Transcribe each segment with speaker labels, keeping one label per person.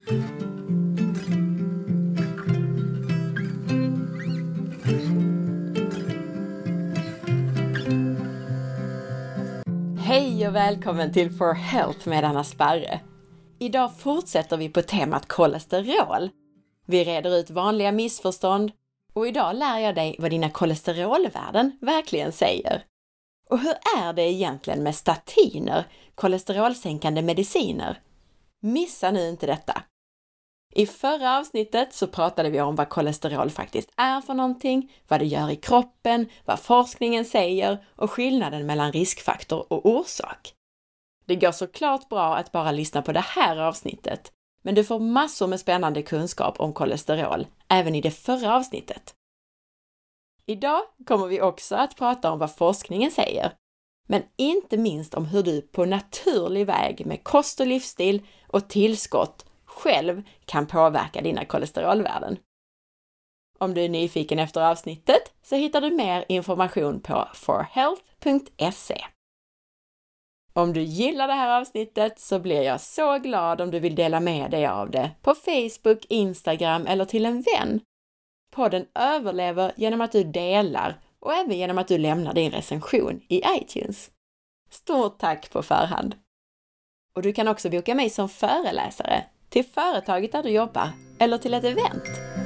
Speaker 1: Hej och välkommen till For Health med Anna Sparre. Idag fortsätter vi på temat kolesterol. Vi reder ut vanliga missförstånd och idag lär jag dig vad dina kolesterolvärden verkligen säger. Och hur är det egentligen med statiner, kolesterolsänkande mediciner? Missa nu inte detta! I förra avsnittet så pratade vi om vad kolesterol faktiskt är för någonting, vad det gör i kroppen, vad forskningen säger och skillnaden mellan riskfaktor och orsak. Det går såklart bra att bara lyssna på det här avsnittet, men du får massor med spännande kunskap om kolesterol även i det förra avsnittet. Idag kommer vi också att prata om vad forskningen säger, men inte minst om hur du på naturlig väg med kost och livsstil och tillskott själv kan påverka dina kolesterolvärden. Om du är nyfiken efter avsnittet så hittar du mer information på forhealth.se. Om du gillar det här avsnittet så blir jag så glad om du vill dela med dig av det på Facebook, Instagram eller till en vän. Podden överlever genom att du delar och även genom att du lämnar din recension i iTunes. Stort tack på förhand! Och du kan också boka mig som föreläsare till företaget där du jobbar eller till ett event.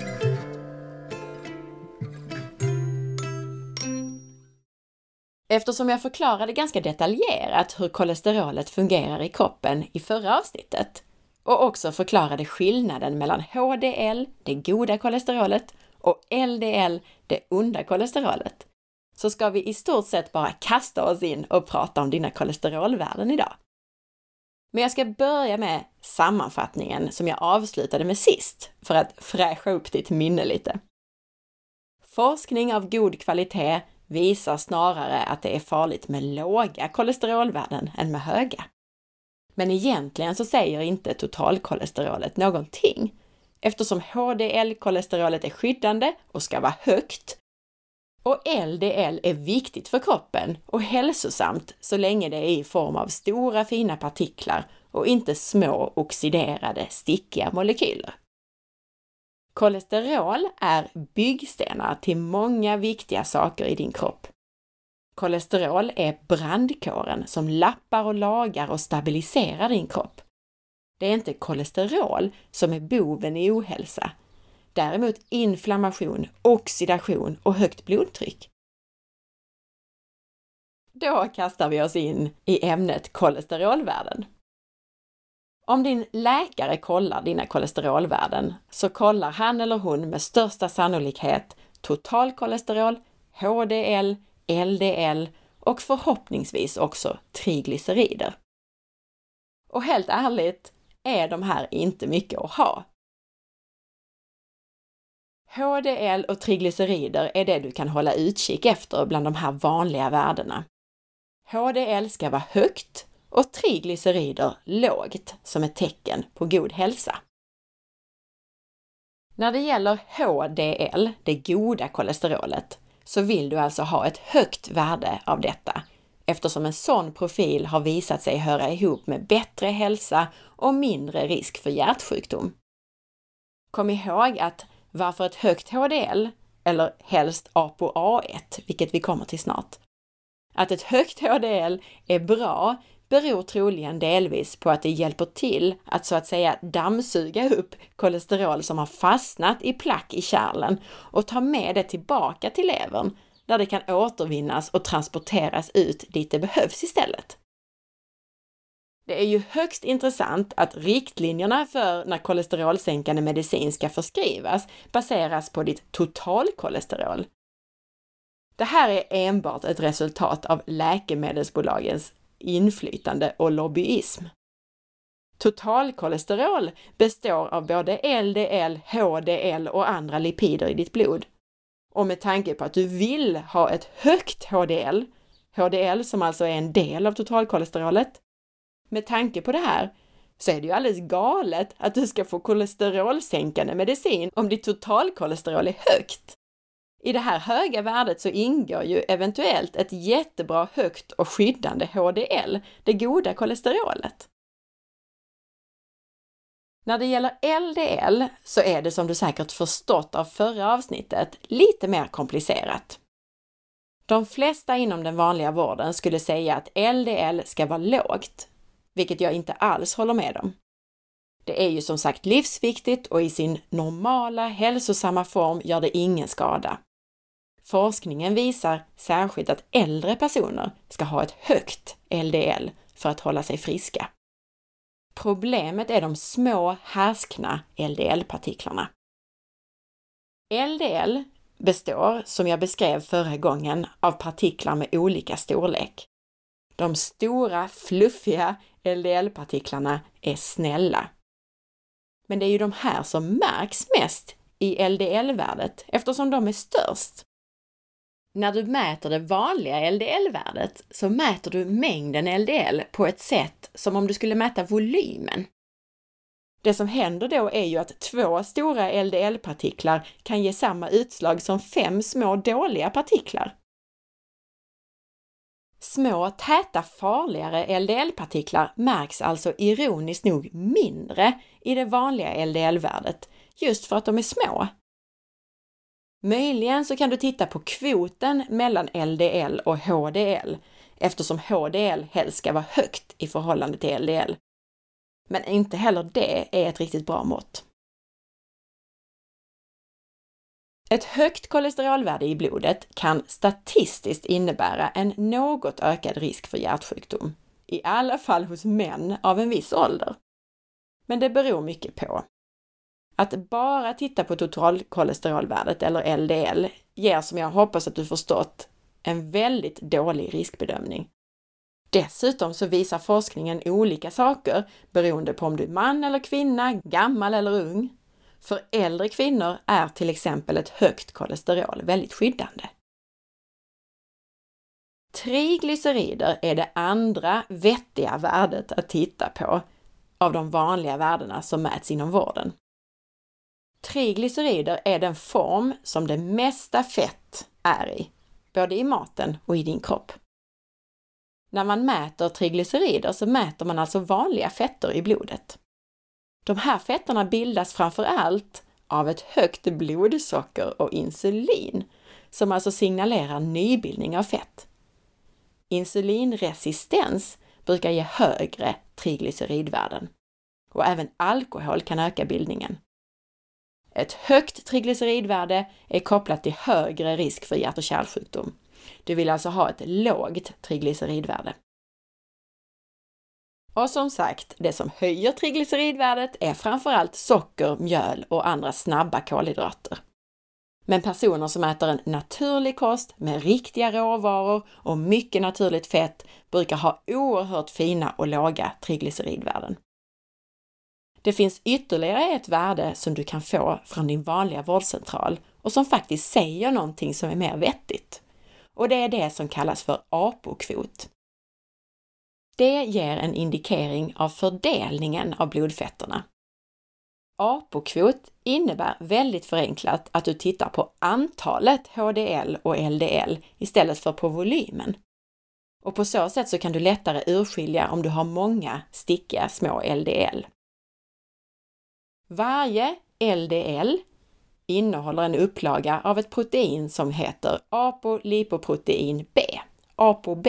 Speaker 1: Eftersom jag förklarade ganska detaljerat hur kolesterolet fungerar i kroppen i förra avsnittet och också förklarade skillnaden mellan HDL, det goda kolesterolet, och LDL, det onda kolesterolet, så ska vi i stort sett bara kasta oss in och prata om dina kolesterolvärden idag. Men jag ska börja med sammanfattningen som jag avslutade med sist för att fräscha upp ditt minne lite. Forskning av god kvalitet visar snarare att det är farligt med låga kolesterolvärden än med höga. Men egentligen så säger inte totalkolesterolet någonting, eftersom HDL-kolesterolet är skyddande och ska vara högt, och LDL är viktigt för kroppen och hälsosamt så länge det är i form av stora fina partiklar och inte små oxiderade stickiga molekyler. Kolesterol är byggstenar till många viktiga saker i din kropp. Kolesterol är brandkåren som lappar och lagar och stabiliserar din kropp. Det är inte kolesterol som är boven i ohälsa. Däremot inflammation, oxidation och högt blodtryck. Då kastar vi oss in i ämnet kolesterolvärden. Om din läkare kollar dina kolesterolvärden så kollar han eller hon med största sannolikhet totalkolesterol, HDL, LDL och förhoppningsvis också triglycerider. Och helt ärligt är de här inte mycket att ha. HDL och triglycerider är det du kan hålla utkik efter bland de här vanliga värdena. HDL ska vara högt och triglycerider lågt som ett tecken på god hälsa. När det gäller HDL, det goda kolesterolet, så vill du alltså ha ett högt värde av detta, eftersom en sån profil har visat sig höra ihop med bättre hälsa och mindre risk för hjärtsjukdom. Kom ihåg att varför ett högt HDL, eller helst ApoA1, vilket vi kommer till snart, att ett högt HDL är bra beror troligen delvis på att det hjälper till att så att säga dammsuga upp kolesterol som har fastnat i plack i kärlen och ta med det tillbaka till levern där det kan återvinnas och transporteras ut dit det behövs istället. Det är ju högst intressant att riktlinjerna för när kolesterolsänkande medicin ska förskrivas baseras på ditt totalkolesterol. Det här är enbart ett resultat av läkemedelsbolagens inflytande och lobbyism. Totalkolesterol består av både LDL, HDL och andra lipider i ditt blod. Och med tanke på att du vill ha ett högt HDL som alltså är en del av totalkolesterolet, med tanke på det här så är det ju alldeles galet att du ska få kolesterolsänkande medicin om ditt totalkolesterol är högt. I det här höga värdet så ingår ju eventuellt ett jättebra högt och skyddande HDL, det goda kolesterolet. När det gäller LDL så är det, som du säkert förstått av förra avsnittet, lite mer komplicerat. De flesta inom den vanliga vården skulle säga att LDL ska vara lågt, vilket jag inte alls håller med om. Det är ju som sagt livsviktigt och i sin normala, hälsosamma form gör det ingen skada. Forskningen visar särskilt att äldre personer ska ha ett högt LDL för att hålla sig friska. Problemet är de små härskna LDL-partiklarna. LDL består, som jag beskrev förra gången, av partiklar med olika storlek. De stora, fluffiga LDL-partiklarna är snälla. Men det är ju de här som märks mest i LDL-värdet eftersom de är störst. När du mäter det vanliga LDL-värdet så mäter du mängden LDL på ett sätt som om du skulle mäta volymen. Det som händer då är ju att 2 stora LDL-partiklar kan ge samma utslag som 5 små dåliga partiklar. Små, täta, farligare LDL-partiklar märks alltså ironiskt nog mindre i det vanliga LDL-värdet, just för att de är små. Möjligen så kan du titta på kvoten mellan LDL och HDL, eftersom HDL helst ska vara högt i förhållande till LDL. Men inte heller det är ett riktigt bra mått. Ett högt kolesterolvärde i blodet kan statistiskt innebära en något ökad risk för hjärtsjukdom, i alla fall hos män av en viss ålder. Men det beror mycket på. Att bara titta på totalkolesterolvärdet eller LDL ger, som jag hoppas att du förstått, en väldigt dålig riskbedömning. Dessutom så visar forskningen olika saker beroende på om du är man eller kvinna, gammal eller ung. För äldre kvinnor är till exempel ett högt kolesterol väldigt skyddande. Triglycerider är det andra vettiga värdet att titta på av de vanliga värdena som mäts inom vården. Triglycerider är den form som det mesta fett är i, både i maten och i din kropp. När man mäter triglycerider så mäter man alltså vanliga fetter i blodet. De här fetterna bildas framför allt av ett högt blodsocker och insulin, som alltså signalerar nybildning av fett. Insulinresistens brukar ge högre triglyceridvärden. Och även alkohol kan öka bildningen. Ett högt triglyceridvärde är kopplat till högre risk för hjärt- och kärlsjukdom. Du vill alltså ha ett lågt triglyceridvärde. Och som sagt, det som höjer triglyceridvärdet är framförallt socker, mjöl och andra snabba kolhydrater. Men personer som äter en naturlig kost med riktiga råvaror och mycket naturligt fett brukar ha oerhört fina och låga triglyceridvärden. Det finns ytterligare ett värde som du kan få från din vanliga vårdcentral och som faktiskt säger någonting som är mer vettigt. Och det är det som kallas för APO-kvot. Det ger en indikering av fördelningen av blodfetterna. APO-kvot innebär väldigt förenklat att du tittar på antalet HDL och LDL istället för på volymen. Och på så sätt så kan du lättare urskilja om du har många stickiga små LDL. Varje LDL innehåller en upplaga av ett protein som heter apolipoprotein B, ApoB.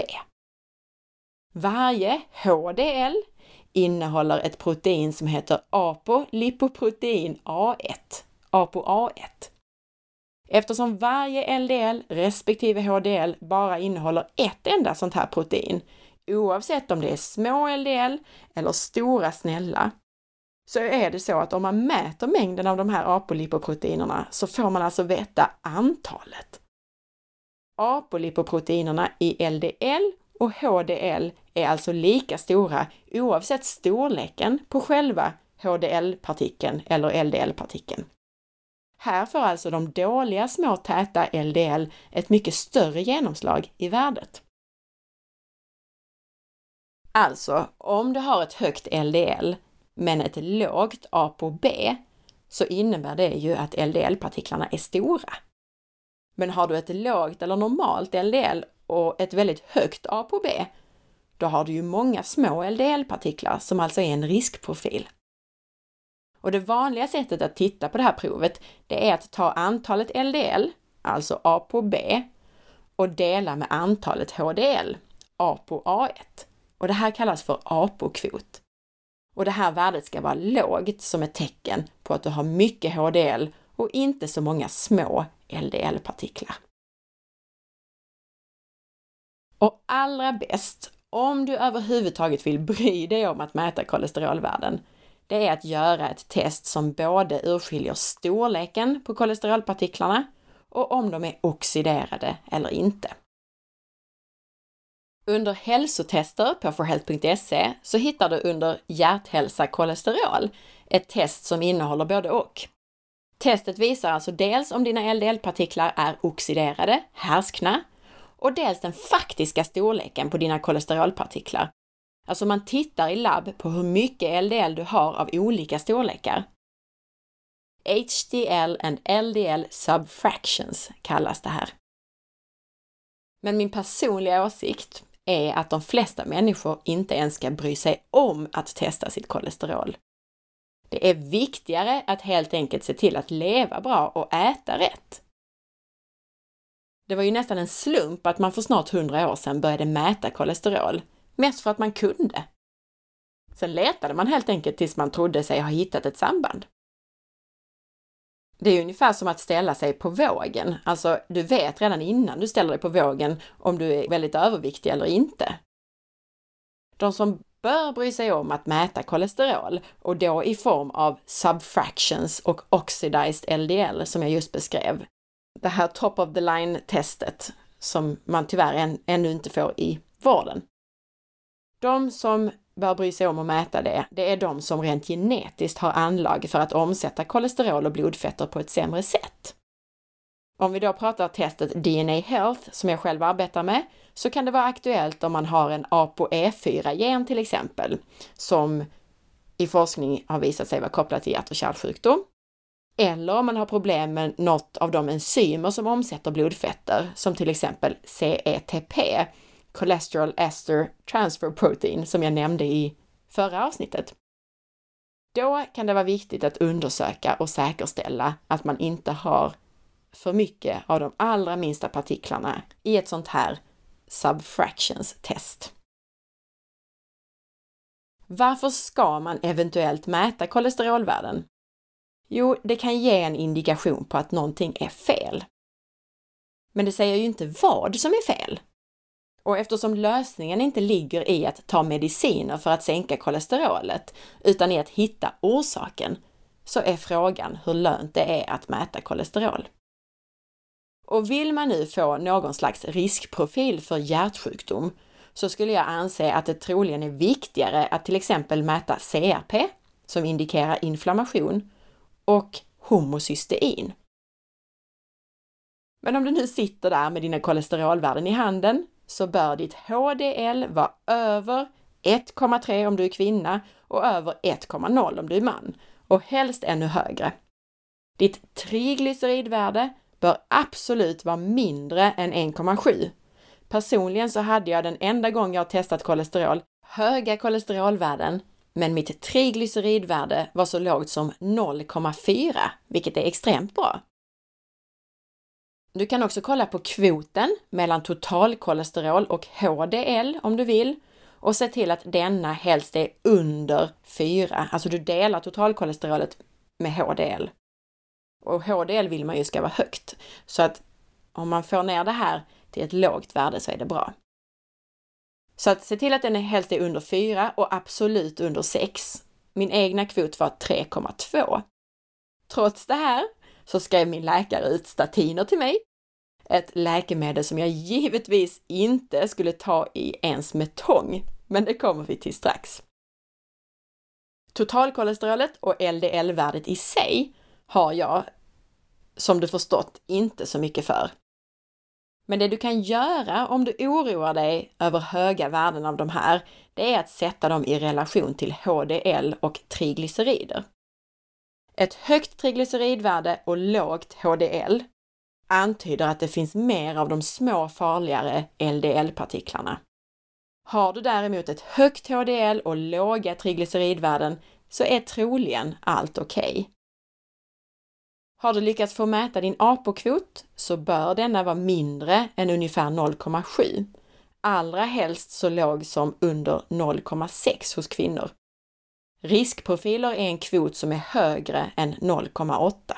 Speaker 1: Varje HDL innehåller ett protein som heter apolipoprotein A1, ApoA1. Eftersom varje LDL respektive HDL bara innehåller ett enda sånt här protein, oavsett om det är små LDL eller stora snälla, så är det så att om man mäter mängden av de här apolipoproteinerna så får man alltså veta antalet. Apolipoproteinerna i LDL och HDL är alltså lika stora oavsett storleken på själva HDL-partikeln eller LDL-partikeln. Här får alltså de dåliga små täta LDL ett mycket större genomslag i värdet. Alltså, om du har ett högt LDL men ett lågt ApoB så innebär det ju att LDL-partiklarna är stora. Men har du ett lågt eller normalt LDL och ett väldigt högt ApoB, då har du ju många små LDL-partiklar som alltså är en riskprofil. Och det vanliga sättet att titta på det här provet, det är att ta antalet LDL, alltså A på B, och dela med antalet HDL, A på A1. Och det här kallas för APO-kvot. Och det här värdet ska vara lågt som ett tecken på att du har mycket HDL och inte så många små LDL-partiklar. Och allra bäst, om du överhuvudtaget vill bry dig om att mäta kolesterolvärden, det är att göra ett test som både urskiljer storleken på kolesterolpartiklarna och om de är oxiderade eller inte. Under hälsotester på forhealth.se så hittar du under hjärthälsa kolesterol ett test som innehåller både och. Testet visar alltså dels om dina LDL-partiklar är oxiderade, härskna, och dels den faktiska storleken på dina kolesterolpartiklar. Alltså man tittar i labb på hur mycket LDL du har av olika storlekar. HDL and LDL subfractions kallas det här. Men min personliga åsikt är att de flesta människor inte ens ska bry sig om att testa sitt kolesterol. Det är viktigare att helt enkelt se till att leva bra och äta rätt. Det var ju nästan en slump att man för snart 100 år sedan började mäta kolesterol, mest för att man kunde. Sen letade man helt enkelt tills man trodde sig ha hittat ett samband. Det är ungefär som att ställa sig på vågen. Alltså, du vet redan innan du ställer dig på vågen om du är väldigt överviktig eller inte. De som bör bry sig om att mäta kolesterol, och då i form av subfractions och oxidized LDL som jag just beskrev. Det här top of the line-testet som man tyvärr ännu inte får i vården. De som bör bry sig om att mäta det är de som rent genetiskt har anlag för att omsätta kolesterol och blodfetter på ett sämre sätt. Om vi då pratar testet DNA Health som jag själv arbetar med, så kan det vara aktuellt om man har en ApoE4-gen till exempel, som i forskning har visat sig vara kopplat till hjärt- och kärlsjukdom. Eller om man har problem med något av de enzymer som omsätter blodfetter, som till exempel CETP, Cholesterol Ester Transfer Protein, som jag nämnde i förra avsnittet. Då kan det vara viktigt att undersöka och säkerställa att man inte har för mycket av de allra minsta partiklarna i ett sånt här subfractions-test. Varför ska man eventuellt mäta kolesterolvärden? Jo, det kan ge en indikation på att någonting är fel. Men det säger ju inte vad som är fel. Och eftersom lösningen inte ligger i att ta mediciner för att sänka kolesterolet, utan i att hitta orsaken, så är frågan hur lönt det är att mäta kolesterol. Och vill man nu få någon slags riskprofil för hjärtsjukdom, så skulle jag anse att det troligen är viktigare att till exempel mäta CRP, som indikerar inflammation, och homocystein. Men om du nu sitter där med dina kolesterolvärden i handen, så bör ditt HDL vara över 1,3 om du är kvinna och över 1,0 om du är man, och helst ännu högre. Ditt triglyceridvärde bör absolut vara mindre än 1,7. Personligen så hade jag den enda gång jag testat kolesterol höga kolesterolvärden, men mitt triglyceridvärde var så lågt som 0,4, vilket är extremt bra. Du kan också kolla på kvoten mellan totalkolesterol och HDL om du vill, och se till att denna helst är under 4. Alltså du delar totalkolesterolet med HDL. Och HDL vill man ju ska vara högt, så att om man får ner det här till ett lågt värde så är det bra. Så att se till att den helst är under 4 och absolut under 6. Min egna kvot var 3,2. Trots det här så skrev min läkare ut statiner till mig. Ett läkemedel som jag givetvis inte skulle ta i ens med tång, men det kommer vi till strax. Totalkolesterolet och LDL-värdet i sig har jag, som du förstått, inte så mycket för. Men det du kan göra om du oroar dig över höga värden av de här, det är att sätta dem i relation till HDL och triglycerider. Ett högt triglyceridvärde och lågt HDL antyder att det finns mer av de små farligare LDL-partiklarna. Har du däremot ett högt HDL och låga triglyceridvärden, så är troligen allt okej. Har du lyckats få mäta din APO-kvot så bör denna vara mindre än ungefär 0,7. Allra helst så låg som under 0,6 hos kvinnor. Riskprofiler är en kvot som är högre än 0,8.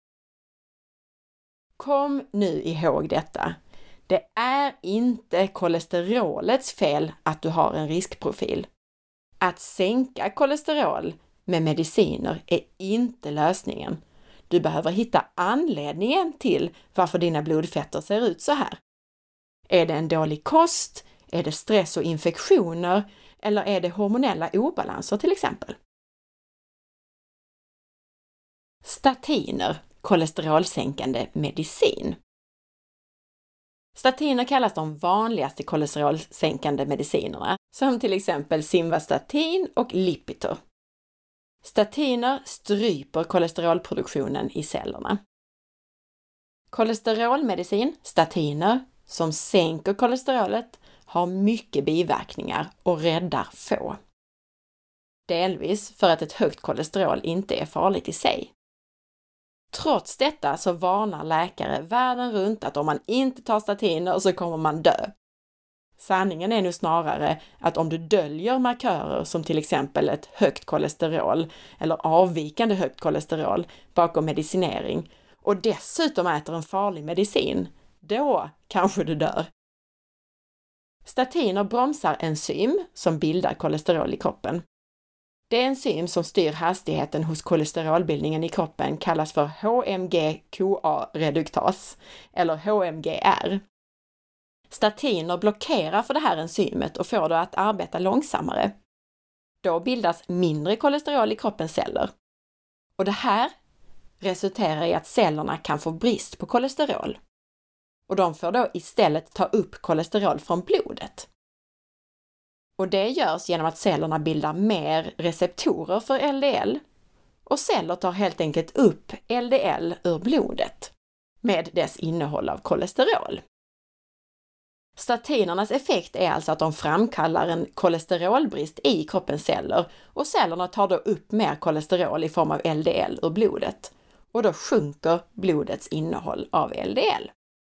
Speaker 1: Kom nu ihåg detta. Det är inte kolesterolets fel att du har en riskprofil. Att sänka kolesterol med mediciner är inte lösningen. Du behöver hitta anledningen till varför dina blodfetter ser ut så här. Är det en dålig kost? Är det stress och infektioner? Eller är det hormonella obalanser till exempel? Statiner, kolesterolsänkande medicin. Statiner kallas de vanligaste kolesterolsänkande medicinerna, som till exempel Simvastatin och Lipitor. Statiner stryper kolesterolproduktionen i cellerna. Kolesterolmedicin, statiner, som sänker kolesterolet, har mycket biverkningar och räddar få. Delvis för att ett högt kolesterol inte är farligt i sig. Trots detta så varnar läkare världen runt att om man inte tar statiner så kommer man dö. Sanningen är nu snarare att om du döljer markörer som till exempel ett högt kolesterol eller avvikande högt kolesterol bakom medicinering och dessutom äter en farlig medicin, då kanske du dör. Statiner bromsar enzym som bildar kolesterol i kroppen. Det enzym som styr hastigheten hos kolesterolbildningen i kroppen kallas för HMG-CoA-reduktas eller HMGR. Statiner blockerar för det här enzymet och får det att arbeta långsammare. Då bildas mindre kolesterol i kroppens celler. Och det här resulterar i att cellerna kan få brist på kolesterol. Och de får då istället ta upp kolesterol från blodet. Och det görs genom att cellerna bildar mer receptorer för LDL och celler tar helt enkelt upp LDL ur blodet med dess innehåll av kolesterol. Statinernas effekt är alltså att de framkallar en kolesterolbrist i kroppens celler och cellerna tar då upp mer kolesterol i form av LDL ur blodet och då sjunker blodets innehåll av LDL.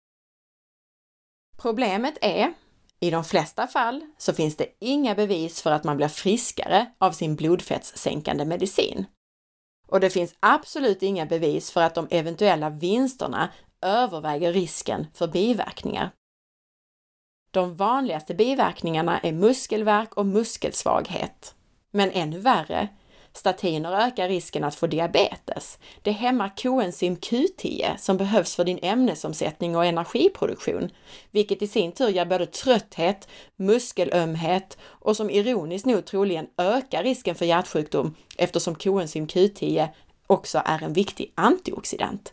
Speaker 1: Problemet är, i de flesta fall så finns det inga bevis för att man blir friskare av sin blodfettssänkande medicin. Och det finns absolut inga bevis för att de eventuella vinsterna överväger risken för biverkningar. De vanligaste biverkningarna är muskelvärk och muskelsvaghet. Men ännu värre, statiner ökar risken att få diabetes. Det hämmar koenzym Q10 som behövs för din ämnesomsättning och energiproduktion, vilket i sin tur ger både trötthet, muskelömhet och som ironiskt nog troligen ökar risken för hjärtsjukdom eftersom koenzym Q10 också är en viktig antioxidant.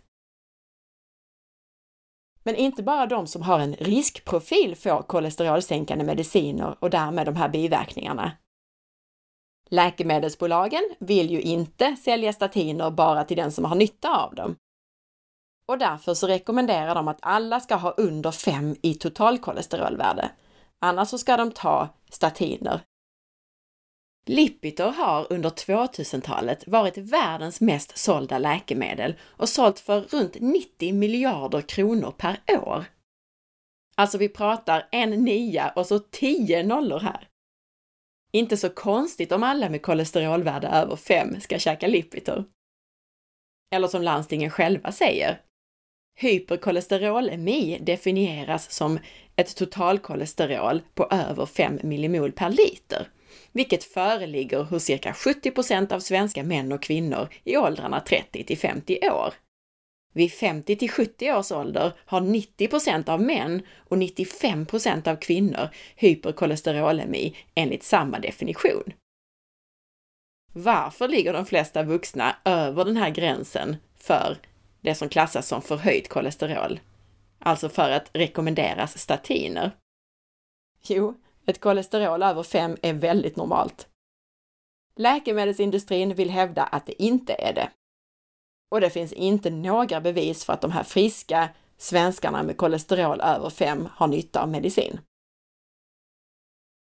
Speaker 1: Men inte bara de som har en riskprofil får kolesterolsänkande mediciner och därmed de här biverkningarna. Läkemedelsbolagen vill ju inte sälja statiner bara till den som har nytta av dem. Och därför så rekommenderar de att alla ska ha under 5 i totalkolesterolvärde. Annars så ska de ta statiner. Lipitor har under 2000-talet varit världens mest sålda läkemedel och sålt för runt 90 miljarder kronor per år. Alltså vi pratar en 9 och så 10 nollor här. Inte så konstigt om alla med kolesterolvärde över 5 ska käka Lipitor. Eller som landstingen själva säger, hyperkolesterolemi definieras som ett totalkolesterol på över 5 millimol per liter, vilket föreligger hos cirka 70% av svenska män och kvinnor i åldrarna 30 till 50 år. Vid 50 till 70 års ålder har 90% av män och 95% av kvinnor hyperkolesterolemi enligt samma definition. Varför ligger de flesta vuxna över den här gränsen för det som klassas som förhöjt kolesterol? Alltså för att rekommenderas statiner. Jo, ett kolesterol över 5 är väldigt normalt. Läkemedelsindustrin vill hävda att det inte är det. Och det finns inte några bevis för att de här friska svenskarna med kolesterol över 5 har nytta av medicin.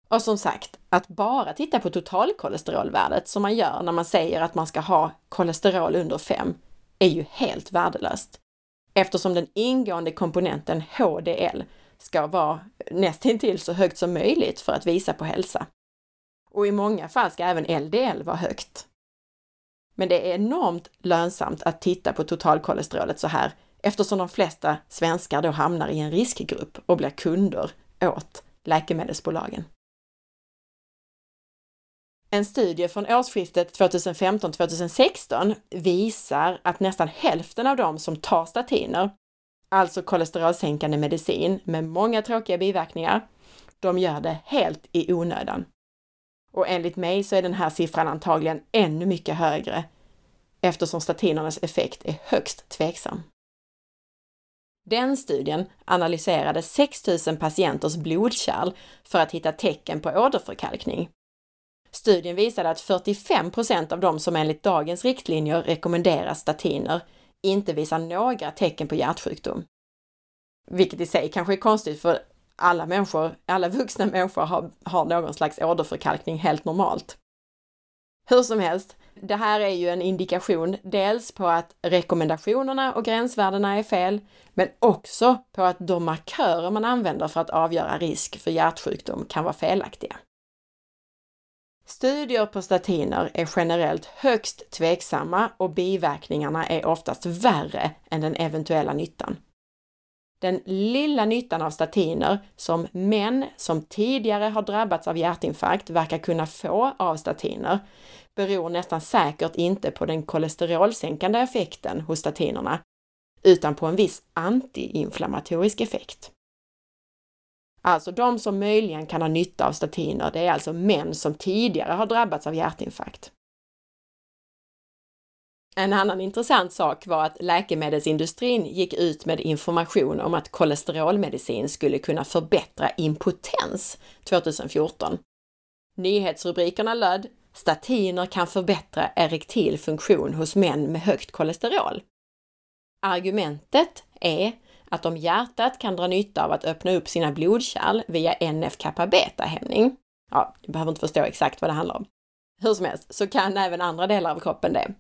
Speaker 1: Och som sagt, att bara titta på totalkolesterolvärdet som man gör när man säger att man ska ha kolesterol under 5 är ju helt värdelöst. Eftersom den ingående komponenten HDL ska vara nästintill så högt som möjligt för att visa på hälsa. Och i många fall ska även LDL vara högt. Men det är enormt lönsamt att titta på totalkolesterolet så här, eftersom de flesta svenskar då hamnar i en riskgrupp och blir kunder åt läkemedelsbolagen. En studie från årsskiftet 2015-2016 visar att nästan hälften av dem som tar statiner, alltså kolesterolsänkande medicin med många tråkiga biverkningar, de gör det helt i onödan. Och enligt mig så är den här siffran antagligen ännu mycket högre eftersom statinernas effekt är högst tveksam. Den studien analyserade 6 000 patienters blodkärl för att hitta tecken på åderförkalkning. Studien visade att 45% av de som enligt dagens riktlinjer rekommenderar statiner inte visar några tecken på hjärtsjukdom. Vilket i sig kanske är konstigt för alla vuxna människor har någon slags åderförkalkning helt normalt. Hur som helst, det här är ju en indikation dels på att rekommendationerna och gränsvärdena är fel, men också på att de markörer man använder för att avgöra risk för hjärtsjukdom kan vara felaktiga. Studier på statiner är generellt högst tveksamma och biverkningarna är oftast värre än den eventuella nyttan. Den lilla nyttan av statiner som män som tidigare har drabbats av hjärtinfarkt verkar kunna få av statiner beror nästan säkert inte på den kolesterolsänkande effekten hos statinerna utan på en viss antiinflammatorisk effekt. Alltså de som möjligen kan ha nytta av statiner, det är alltså män som tidigare har drabbats av hjärtinfarkt. En annan intressant sak var att läkemedelsindustrin gick ut med information om att kolesterolmedicin skulle kunna förbättra impotens 2014. Nyhetsrubrikerna löd: statiner kan förbättra erektil funktion hos män med högt kolesterol. Argumentet är att om hjärtat kan dra nytta av att öppna upp sina blodkärl via NF-kappa-beta-hämning, ja, du behöver inte förstå exakt vad det handlar om. Hur som helst så kan även andra delar av kroppen det.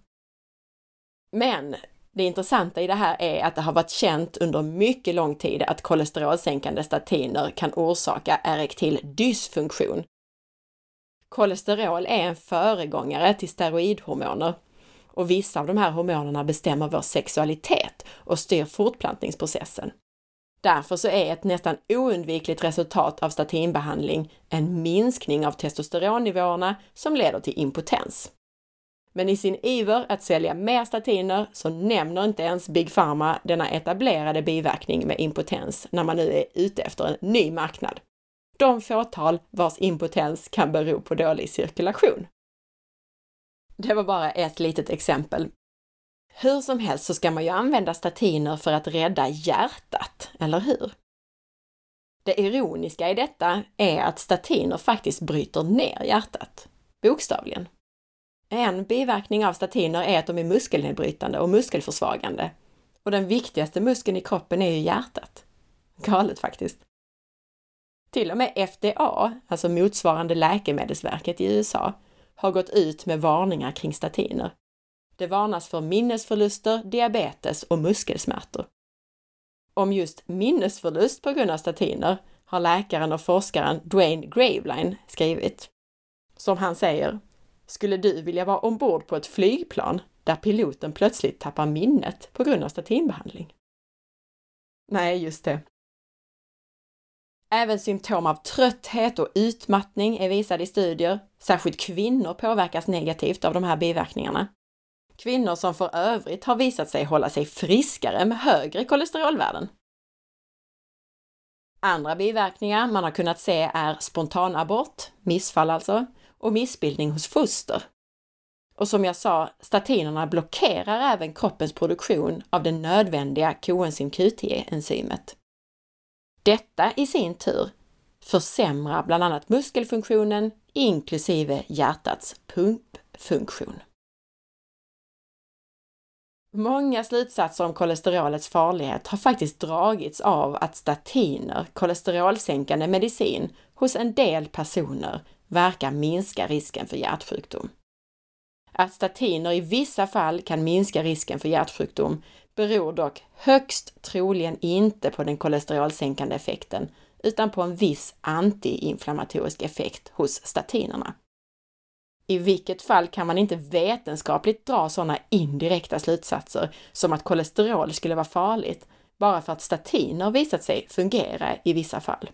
Speaker 1: Men det intressanta i det här är att det har varit känt under mycket lång tid att kolesterolsänkande statiner kan orsaka erektil dysfunktion. Kolesterol är en föregångare till steroidhormoner och vissa av de här hormonerna bestämmer vår sexualitet och styr fortplantningsprocessen. Därför så är ett nästan oundvikligt resultat av statinbehandling en minskning av testosteronnivåerna som leder till impotens. Men i sin iver att sälja mer statiner så nämner inte ens Big Pharma denna etablerade biverkning med impotens när man nu är ute efter en ny marknad. De fåtal vars impotens kan bero på dålig cirkulation. Det var bara ett litet exempel. Hur som helst så ska man ju använda statiner för att rädda hjärtat, eller hur? Det ironiska i detta är att statiner faktiskt bryter ner hjärtat, bokstavligen. En biverkning av statiner är att de är muskelnedbrytande och muskelförsvagande. Och den viktigaste muskeln i kroppen är ju hjärtat. Galet faktiskt. Till och med FDA, alltså motsvarande Läkemedelsverket i USA, har gått ut med varningar kring statiner. Det varnas för minnesförluster, diabetes och muskelsmärtor. Om just minnesförlust på grund av statiner har läkaren och forskaren Dwayne Graveline skrivit. Som han säger: skulle du vilja vara ombord på ett flygplan där piloten plötsligt tappar minnet på grund av statinbehandling? Nej, just det. Även symptom av trötthet och utmattning är visade i studier. Särskilt kvinnor påverkas negativt av de här biverkningarna. Kvinnor som för övrigt har visat sig hålla sig friskare med högre kolesterolvärden. Andra biverkningar man har kunnat se är spontanabort, missfall alltså, och missbildning hos foster. Och som jag sa, statinerna blockerar även kroppens produktion av det nödvändiga koenzym Q10-enzymet. Detta i sin tur försämrar bland annat muskelfunktionen inklusive hjärtats pumpfunktion. Många slutsatser om kolesterolets farlighet har faktiskt dragits av att statiner, kolesterolsänkande medicin, hos en del personer verkar minska risken för hjärtsjukdom. Att statiner i vissa fall kan minska risken för hjärtsjukdom beror dock högst troligen inte på den kolesterolsänkande effekten utan på en viss antiinflammatorisk effekt hos statinerna. I vilket fall kan man inte vetenskapligt dra sådana indirekta slutsatser som att kolesterol skulle vara farligt bara för att statiner visat sig fungera i vissa fall.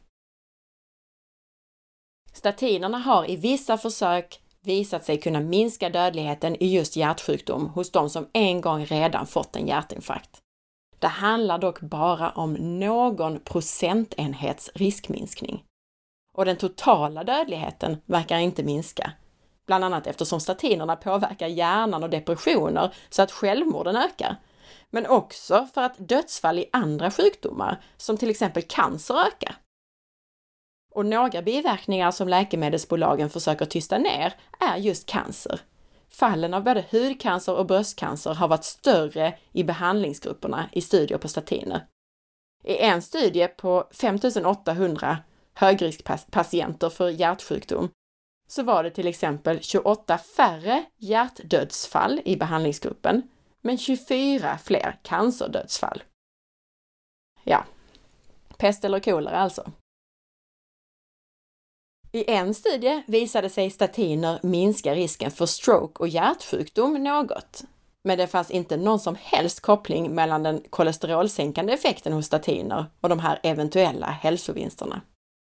Speaker 1: Statinerna har i vissa försök visat sig kunna minska dödligheten i just hjärtsjukdom hos de som en gång redan fått en hjärtinfarkt. Det handlar dock bara om någon procentenhets riskminskning. Och den totala dödligheten verkar inte minska. Bland annat eftersom statinerna påverkar hjärnan och depressioner så att självmorden ökar. Men också för att dödsfall i andra sjukdomar, som till exempel cancer, ökar. Och några biverkningar som läkemedelsbolagen försöker tysta ner är just cancer. Fallen av både hudcancer och bröstcancer har varit större i behandlingsgrupperna i studier på statiner. I en studie på 5800 högriskpatienter för hjärtsjukdom så var det till exempel 28 färre hjärtdödsfall i behandlingsgruppen, men 24 fler cancerdödsfall. Ja, pest eller kolera alltså. I en studie visade sig statiner minska risken för stroke och hjärtsjukdom något. Men det fanns inte någon som helst koppling mellan den kolesterolsänkande effekten hos statiner och de här eventuella hälsovinsterna.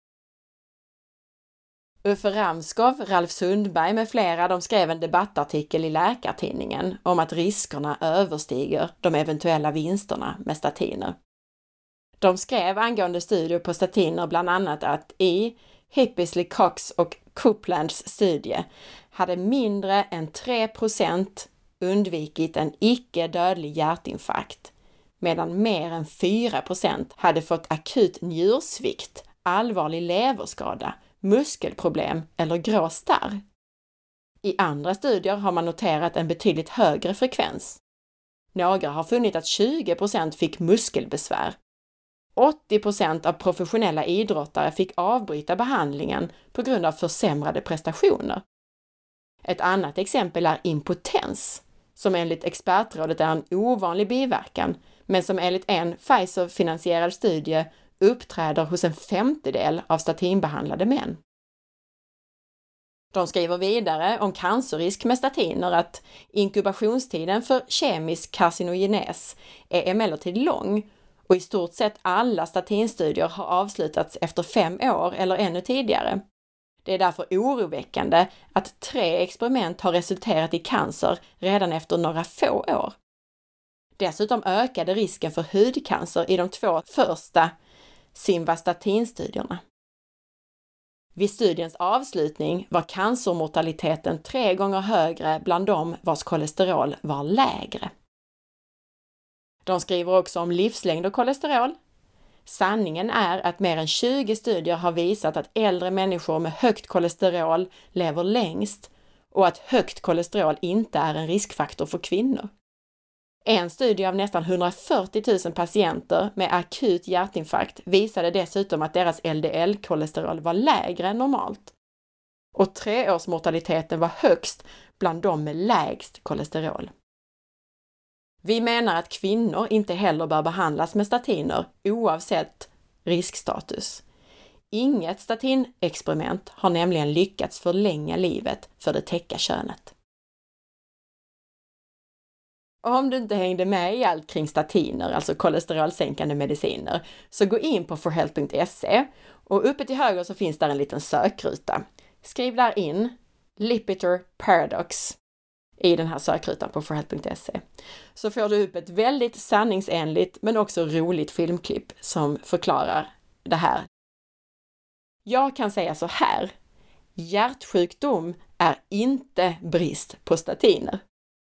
Speaker 1: Uffe Ramskov, Ralf Sundberg med flera, de skrev en debattartikel i Läkartidningen om att riskerna överstiger de eventuella vinsterna med statiner. De skrev angående studier på statiner bland annat att i Hippisley Cox och Couplands studie hade mindre än 3% undvikit en icke-dödlig hjärtinfarkt, medan mer än 4% hade fått akut njursvikt, allvarlig leverskada, muskelproblem eller grå starr. I andra studier har man noterat en betydligt högre frekvens. Några har funnit att 20% fick muskelbesvär. 80% av professionella idrottare fick avbryta behandlingen på grund av försämrade prestationer. Ett annat exempel är impotens, som enligt expertrådet är en ovanlig biverkan, men som enligt en Pfizer-finansierad studie uppträder hos en 1/5 av statinbehandlade män. De skriver vidare om cancerrisk med statiner att inkubationstiden för kemisk carcinogenes är emellertid lång och i stort sett alla statinstudier har avslutats efter 5 år eller ännu tidigare. Det är därför oroväckande att 3 experiment har resulterat i cancer redan efter några få år. Dessutom ökade risken för hudcancer i de 2 första Simvastatin-studierna. Vid studiens avslutning var cancermortaliteten 3 gånger högre bland dem vars kolesterol var lägre. De skriver också om livslängd och kolesterol. Sanningen är att mer än 20 studier har visat att äldre människor med högt kolesterol lever längst och att högt kolesterol inte är en riskfaktor för kvinnor. En studie av nästan 140 000 patienter med akut hjärtinfarkt visade dessutom att deras LDL-kolesterol var lägre än normalt. Och 3-årsmortaliteten var högst bland de med lägst kolesterol. Vi menar att kvinnor inte heller bör behandlas med statiner oavsett riskstatus. Inget statinexperiment har nämligen lyckats förlänga livet för det täcka könet. Om du inte hängde med i allt kring statiner, alltså kolesterolsänkande mediciner, så gå in på forhealth.se och uppe till höger så finns där en liten sökruta. Skriv där in Lipitor Paradox i den här sökrutan på forhealth.se. Så får du upp ett väldigt sanningsenligt men också roligt filmklipp som förklarar det här. Jag kan säga så här: hjärtsjukdom är inte brist på statiner.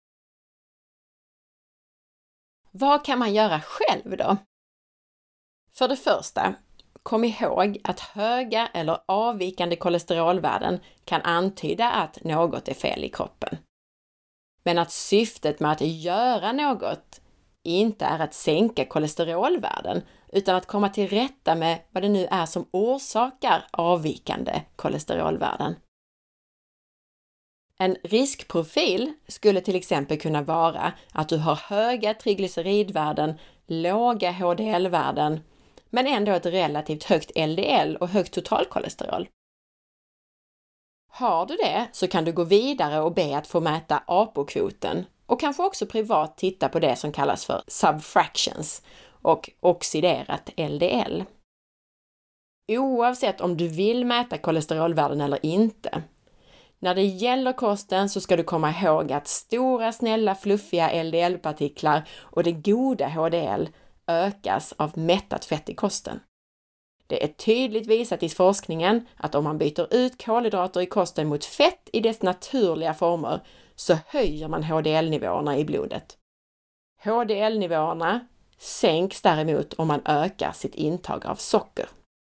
Speaker 1: Vad kan man göra själv då? För det första, kom ihåg att höga eller avvikande kolesterolvärden kan antyda att något är fel i kroppen. Men att syftet med att göra något inte är att sänka kolesterolvärden utan att komma till rätta med vad det nu är som orsakar avvikande kolesterolvärden. En riskprofil skulle till exempel kunna vara att du har höga triglyceridvärden, låga HDL-värden, men ändå ett relativt högt LDL och högt totalkolesterol. Har du det så kan du gå vidare och be att få mäta APO-kvoten och kanske också privat titta på det som kallas för subfractions och oxiderat LDL. Oavsett om du vill mäta kolesterolvärden eller inte. När det gäller kosten så ska du komma ihåg att stora, snälla, fluffiga LDL-partiklar och det goda HDL ökas av mättat fett i kosten. Det är tydligt visat i forskningen att om man byter ut kolhydrater i kosten mot fett i dess naturliga former så höjer man HDL-nivåerna i blodet. HDL-nivåerna sänks däremot om man ökar sitt intag av socker.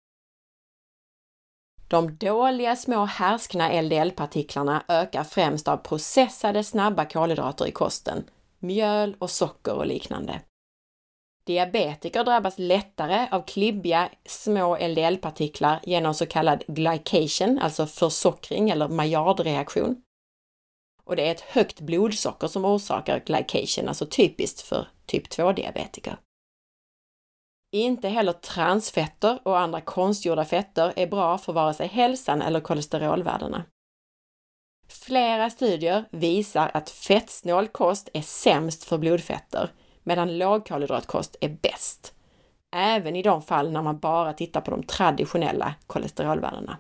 Speaker 1: De dåliga små härskna LDL-partiklarna ökar främst av processade snabba kolhydrater i kosten, mjöl och socker och liknande. Diabetiker drabbas lättare av klibbiga små LDL-partiklar genom så kallad glycation, alltså försockring eller Maillard-reaktion. Och det är ett högt blodsocker som orsakar glycation, alltså typiskt för typ 2-diabetiker. Inte heller transfetter och andra konstgjorda fetter är bra för vare sig hälsan eller kolesterolvärdena. Flera studier visar att fettsnål kost är sämst för blodfetter, medan lågkolhydratkost är bäst. Även i de fall när man bara tittar på de traditionella kolesterolvärdena.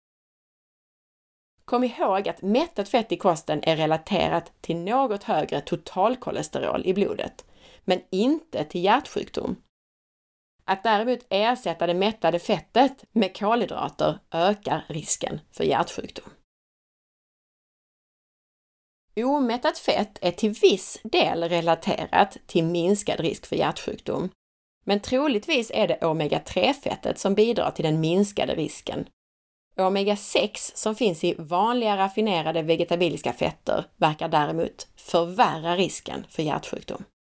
Speaker 1: Kom ihåg att mättat fett i kosten är relaterat till något högre totalkolesterol i blodet, men inte till hjärtsjukdom. Att däremot ersätta det mättade fettet med kolhydrater ökar risken för hjärtsjukdom. Omättat fett är till viss del relaterat till minskad risk för hjärtsjukdom, men troligtvis är det omega-3-fettet som bidrar till den minskade risken. Omega-6 som finns i vanliga raffinerade vegetabiliska fetter verkar däremot förvärra risken för hjärtsjukdom.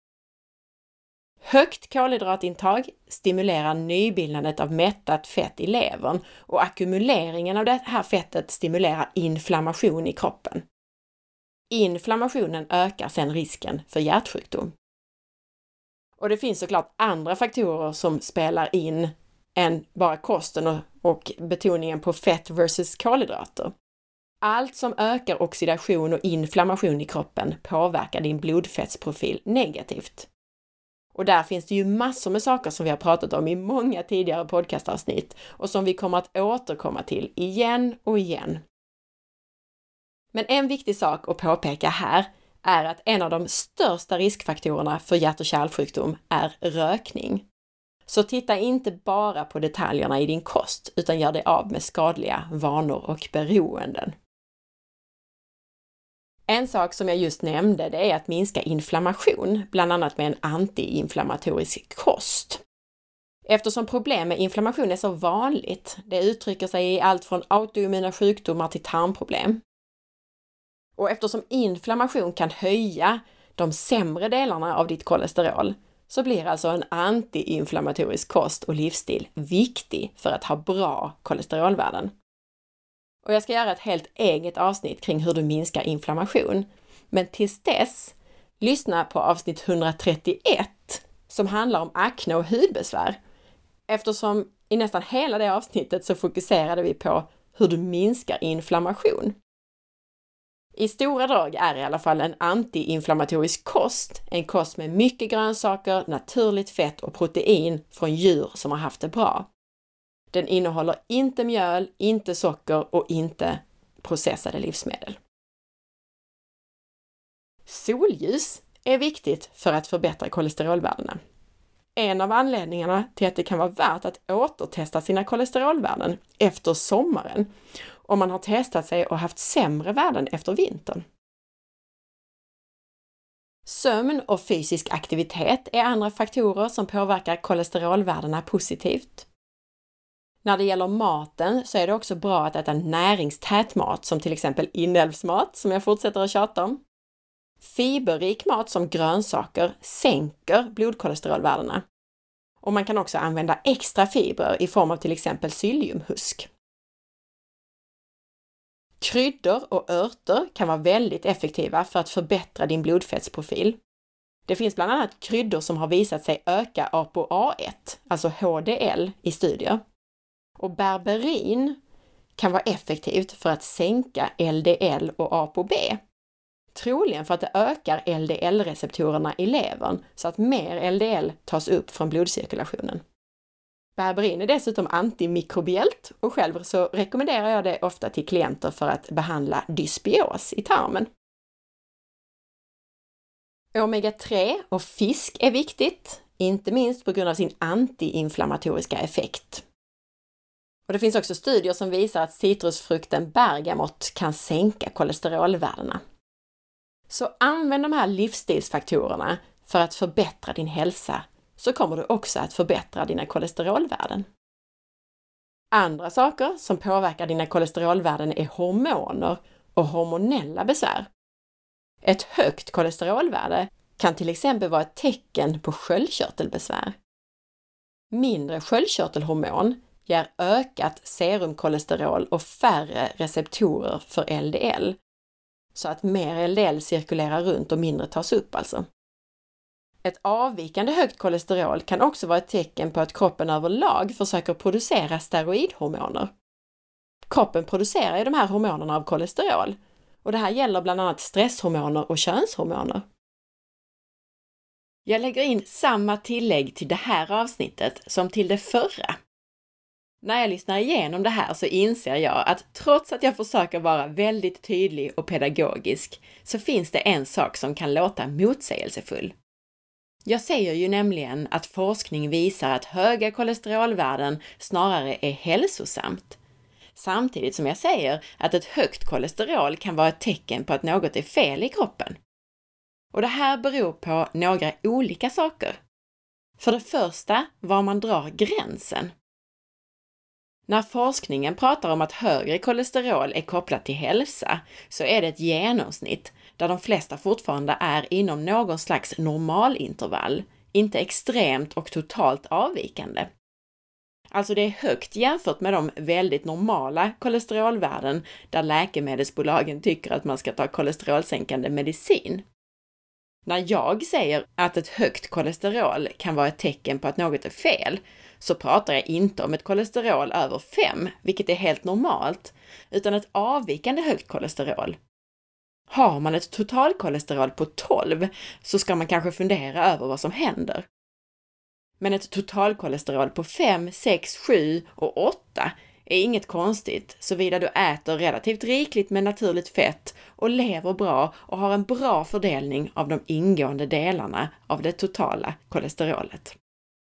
Speaker 1: Högt kolhydratintag stimulerar nybildandet av mättat fett i levern och ackumuleringen av det här fettet stimulerar inflammation i kroppen. Inflammationen ökar sedan risken för hjärtsjukdom. Och det finns såklart andra faktorer som spelar in än bara kosten och betoningen på fett versus kolhydrater. Allt som ökar oxidation och inflammation i kroppen påverkar din blodfettsprofil negativt. Och där finns det ju massor med saker som vi har pratat om i många tidigare podcastavsnitt och som vi kommer att återkomma till igen och igen. Men en viktig sak att påpeka här är att en av de största riskfaktorerna för hjärt- och kärlsjukdom är rökning. Så titta inte bara på detaljerna i din kost utan gör dig av med skadliga vanor och beroenden. En sak som jag just nämnde det är att minska inflammation, bland annat med en antiinflammatorisk kost. Eftersom problem med inflammation är så vanligt, det uttrycker sig i allt från autoimmuna sjukdomar till tarmproblem. Och eftersom inflammation kan höja de sämre delarna av ditt kolesterol så blir alltså en antiinflammatorisk kost och livsstil viktig för att ha bra kolesterolvärden. Och jag ska göra ett helt eget avsnitt kring hur du minskar inflammation. Men tills dess, lyssna på avsnitt 131 som handlar om akne och hudbesvär. Eftersom i nästan hela det avsnittet så fokuserade vi på hur du minskar inflammation. I stora drag är i alla fall en antiinflammatorisk kost en kost med mycket grönsaker, naturligt fett och protein från djur som har haft det bra. Den innehåller inte mjöl, inte socker och inte processade livsmedel. Solljus är viktigt för att förbättra kolesterolvärdena. En av anledningarna till att det kan vara värt att återtesta sina kolesterolvärden efter sommaren om man har testat sig och haft sämre värden efter vintern. Sömn och fysisk aktivitet är andra faktorer som påverkar kolesterolvärdena positivt. När det gäller maten så är det också bra att äta näringstät mat som till exempel inälvsmat som jag fortsätter att tjata om. Fiberrik mat som grönsaker sänker blodkolesterolvärdena. Och man kan också använda extra fibrer i form av till exempel psylliumhusk. Kryddor och örter kan vara väldigt effektiva för att förbättra din blodfettsprofil. Det finns bland annat kryddor som har visat sig öka ApoA1, alltså HDL, i studier. Och berberin kan vara effektivt för att sänka LDL och ApoB. Troligen för att det ökar LDL-receptorerna i levern så att mer LDL tas upp från blodcirkulationen. Berberin är dessutom antimikrobiellt och själv så rekommenderar jag det ofta till klienter för att behandla dysbios i tarmen. Omega-3 och fisk är viktigt, inte minst på grund av sin antiinflammatoriska effekt. Och det finns också studier som visar att citrusfrukten bergamott kan sänka kolesterolvärdena. Så använd de här livsstilsfaktorerna för att förbättra din hälsa, så kommer du också att förbättra dina kolesterolvärden. Andra saker som påverkar dina kolesterolvärden är hormoner och hormonella besvär. Ett högt kolesterolvärde kan till exempel vara ett tecken på sköldkörtelbesvär. Mindre sköldkörtelhormon ger ökat serumkolesterol och färre receptorer för LDL, så att mer LDL cirkulerar runt och mindre tas upp alltså. Ett avvikande högt kolesterol kan också vara ett tecken på att kroppen överlag försöker producera steroidhormoner. Kroppen producerar ju de här hormonerna av kolesterol, och det här gäller bland annat stresshormoner och könshormoner. Jag lägger in samma tillägg till det här avsnittet som till det förra. När jag lyssnar igenom det här så inser jag att trots att jag försöker vara väldigt tydlig och pedagogisk så finns det en sak som kan låta motsägelsefull. Jag säger ju nämligen att forskning visar att höga kolesterolvärden snarare är hälsosamt. Samtidigt som jag säger att ett högt kolesterol kan vara ett tecken på att något är fel i kroppen. Och det här beror på några olika saker. För det första, var man drar gränsen. När forskningen pratar om att högre kolesterol är kopplat till hälsa så är det ett genomsnitt där de flesta fortfarande är inom någon slags normalintervall, inte extremt och totalt avvikande. Alltså det är högt jämfört med de väldigt normala kolesterolvärden där läkemedelsbolagen tycker att man ska ta kolesterolsänkande medicin. När jag säger att ett högt kolesterol kan vara ett tecken på att något är fel så pratar jag inte om ett kolesterol över 5, vilket är helt normalt, utan ett avvikande högt kolesterol. Har man ett totalkolesterol på 12 så ska man kanske fundera över vad som händer. Men ett totalkolesterol på 5, 6, 7 och 8 är inget konstigt såvida du äter relativt rikligt med naturligt fett och lever bra och har en bra fördelning av de ingående delarna av det totala kolesterolet.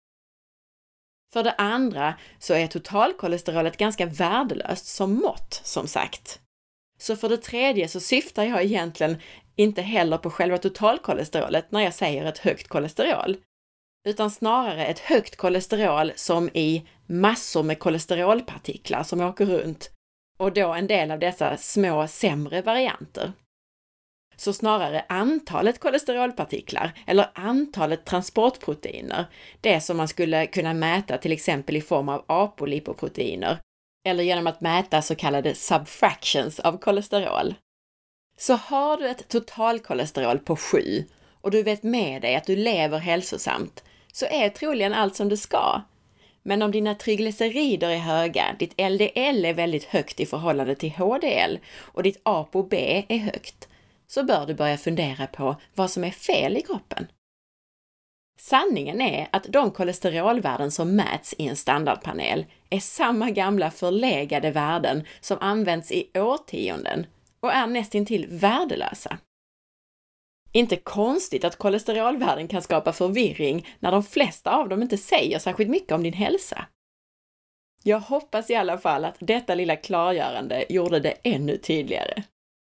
Speaker 1: För det andra så är totalkolesterolet ganska värdelöst som mått, som sagt. Så för det tredje så syftar jag egentligen inte heller på själva totalkolesterolet när jag säger ett högt kolesterol, utan snarare ett högt kolesterol som i massor med kolesterolpartiklar som åker runt, och då en del av dessa små sämre varianter. Så snarare antalet kolesterolpartiklar eller antalet transportproteiner, det som man skulle kunna mäta till exempel i form av apolipoproteiner eller genom att mäta så kallade subfractions av kolesterol. Så har du ett totalkolesterol på 7 och du vet med dig att du lever hälsosamt så är troligen allt som det ska. Men om dina triglycerider är höga, ditt LDL är väldigt högt i förhållande till HDL och ditt ApoB är högt, så bör du börja fundera på vad som är fel i kroppen. Sanningen är att de kolesterolvärden som mäts i en standardpanel är samma gamla förlegade värden som används i årtionden och är nästintill värdelösa. Inte konstigt att kolesterolvärden kan skapa förvirring när de flesta av dem inte säger särskilt mycket om din hälsa. Jag hoppas i alla fall att detta lilla klargörande gjorde det ännu tydligare.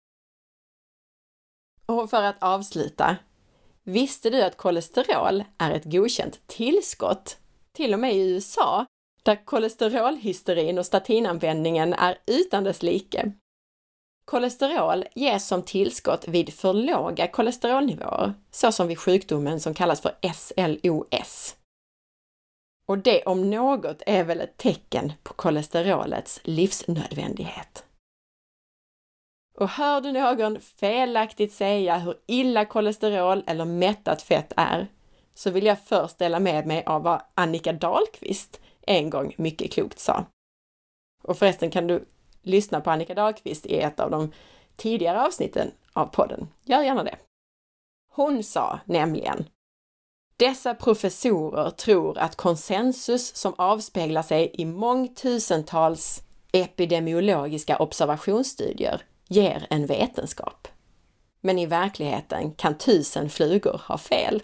Speaker 1: Och för att avsluta, visste du att kolesterol är ett godkänt tillskott, till och med i USA, där kolesterolhysterin och statinanvändningen är utan dess like? Kolesterol ges som tillskott vid för låga kolesterolnivåer, såsom vid sjukdomen som kallas för SLOS. Och det om något är väl ett tecken på kolesterolets livsnödvändighet. Och hör du någon felaktigt säga hur illa kolesterol eller mättat fett är, så vill jag först dela med mig av vad Annika Dahlqvist en gång mycket klokt sa. Och förresten kan du lyssna på Annika Dahlqvist i ett av de tidigare avsnitten av podden. Gör gärna det. Hon sa nämligen: dessa professorer tror att konsensus som avspeglar sig i mångtusentals epidemiologiska observationsstudier ger en vetenskap. Men i verkligheten kan 1000 flugor ha fel.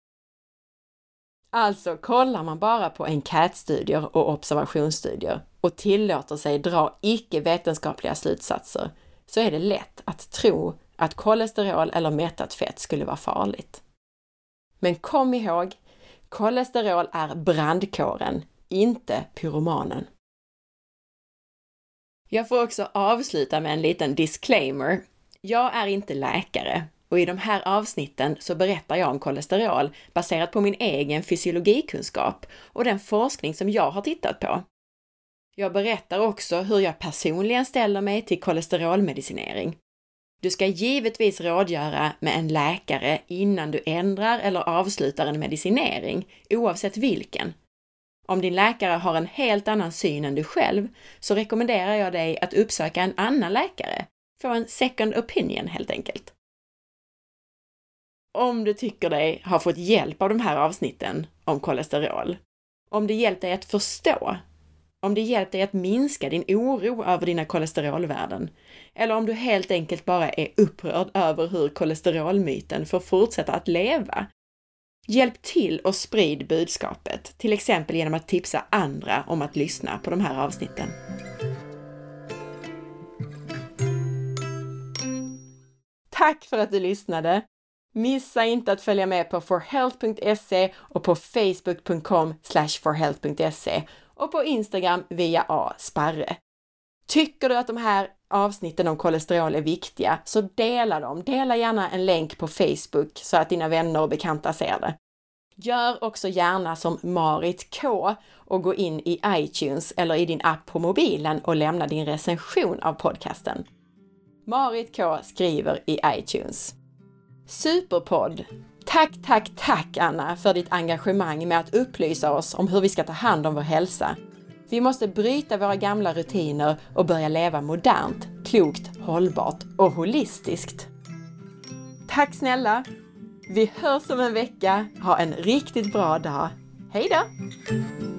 Speaker 1: Alltså kollar man bara på enkätstudier och observationsstudier och tillåter sig dra icke-vetenskapliga slutsatser, så är det lätt att tro att kolesterol eller mättat fett skulle vara farligt. Men kom ihåg, kolesterol är brandkåren, inte pyromanen. Jag får också avsluta med en liten disclaimer. Jag är inte läkare och i de här avsnitten så berättar jag om kolesterol baserat på min egen fysiologikunskap och den forskning som jag har tittat på. Jag berättar också hur jag personligen ställer mig till kolesterolmedicinering. Du ska givetvis rådgöra med en läkare innan du ändrar eller avslutar en medicinering, oavsett vilken. Om din läkare har en helt annan syn än du själv, så rekommenderar jag dig att uppsöka en annan läkare. Få en second opinion helt enkelt. Om du tycker dig ha fått hjälp av de här avsnitten om kolesterol, om det hjälpt dig att förstå, om det hjälpt dig att minska din oro över dina kolesterolvärden, eller om du helt enkelt bara är upprörd över hur kolesterolmyten får fortsätta att leva, hjälp till och sprid budskapet, till exempel genom att tipsa andra om att lyssna på de här avsnitten. Tack för att du lyssnade! Missa inte att följa med på forhealth.se och på facebook.com/forhealth.se och på Instagram via asparre. Tycker du att de här avsnitten om kolesterol är viktiga, så dela dem. Dela gärna en länk på Facebook så att dina vänner och bekanta ser det. Gör också gärna som Marit K och gå in i iTunes eller i din app på mobilen och lämna din recension av podcasten. Marit K skriver i iTunes: Superpodd! Tack Anna för ditt engagemang med att upplysa oss om hur vi ska ta hand om vår hälsa. Vi måste bryta våra gamla rutiner och börja leva modernt, klokt, hållbart och holistiskt. Tack snälla! Vi hörs om en vecka. Ha en riktigt bra dag. Hej då!